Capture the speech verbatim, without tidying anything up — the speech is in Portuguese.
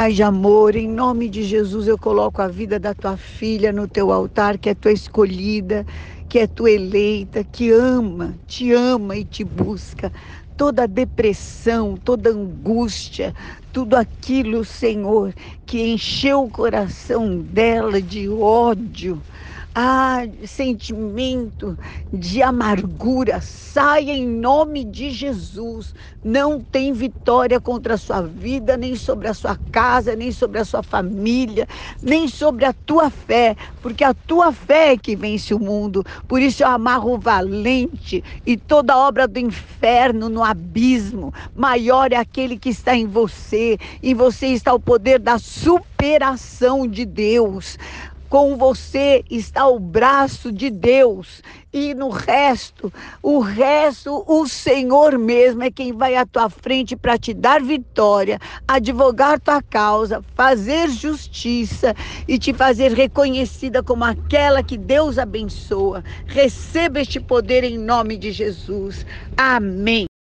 Pai de amor, em nome de Jesus, eu coloco a vida da tua filha no teu altar, que é tua escolhida, que é tua eleita, que ama, te ama e te busca. Toda depressão, toda angústia, tudo aquilo, Senhor, que encheu o coração dela de ódio, ah, sentimento de amargura, saia em nome de Jesus. Não tem vitória contra a sua vida, nem sobre a sua casa, nem sobre a sua família, nem sobre a tua fé, porque a tua fé é que vence o mundo. Por isso eu amarro o valente e toda obra do inferno no abismo. Maior é aquele que está em você, em você está o poder da superação de Deus. Com você está o braço de Deus, e no resto, o resto, o Senhor mesmo é quem vai à tua frente para te dar vitória, advogar tua causa, fazer justiça e te fazer reconhecida como aquela que Deus abençoa. Receba este poder em nome de Jesus. Amém.